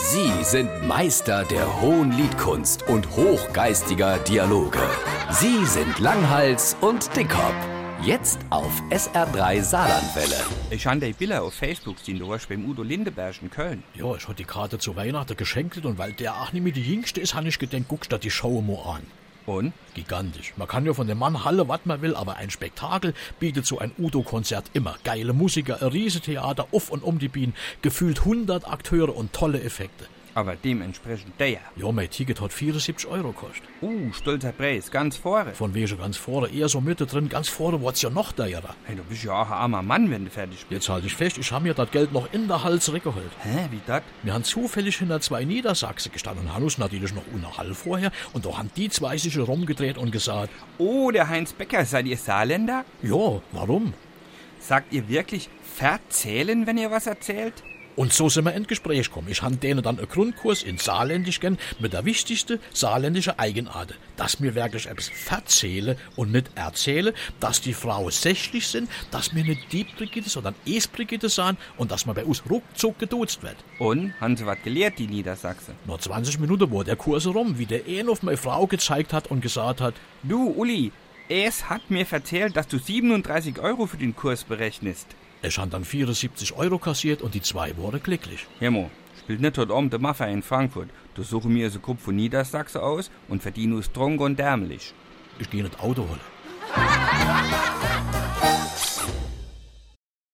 Sie sind Meister der hohen Liedkunst und hochgeistiger Dialoge. Sie sind Langhals und Dickhop. Jetzt auf SR3 Saarlandwelle. Ich habe die Bilder auf Facebook gesehen, du warst beim Udo Lindenberg in Köln. Ja, ich hab die Karte zu Weihnachten geschenkt und weil der auch nicht mehr die Jüngste ist, habe ich gedacht, guckst du die Show mal an. Und? Gigantisch. Man kann ja von dem Mann Halle, was man will, aber ein Spektakel bietet so ein Udo-Konzert immer. Geile Musiker, ein Riesentheater, auf und um die Bienen, gefühlt 100 Akteure und tolle Effekte. Aber dementsprechend der. Ja, mein Ticket hat 74 € gekostet. Stolzer Preis, ganz vorne. Von wegen ganz vorne, eher so Mitte drin, ganz vorne wird's ja noch teurer. Hey, du bist ja auch ein armer Mann, wenn du fertig bist. Jetzt halte ich fest, ich habe mir das Geld noch in der Hals zurückgeholt. Hä, wie das? Wir haben zufällig hinter 2 Niedersachsen gestanden und haben uns natürlich noch ohne Hall vorher und da haben die 2 sich rumgedreht und gesagt, Oh, der Heinz Becker, seid ihr Saarländer? ja, warum? Sagt ihr wirklich verzählen, wenn ihr was erzählt? Und so sind wir ins Gespräch gekommen. Ich habe denen dann einen Grundkurs in Saarländisch gegeben mit der wichtigsten saarländischen Eigenart. Dass mir wirklich etwas verzähle und nicht erzähle, dass die Frauen sächlich sind, dass wir nicht die Brigitte, sondern Es-Brigitte sind und dass man bei uns ruckzuck geduzt wird. Und? Haben sie was gelehrt, die Niedersachsen? Nur 20 Minuten war der Kurs rum, wie der auf meine Frau gezeigt hat und gesagt hat, Du, Uli, es hat mir erzählt, dass du 37 € für den Kurs berechnest. ich habe dann 74 € kassiert und die 2 waren glücklich. Jemo, spielt nicht heute Abend der Mafia in Frankfurt. Du suche mir so Kopf von Niedersachsen aus und verdiene es strong und därmlich. Ich gehe nicht Auto holen.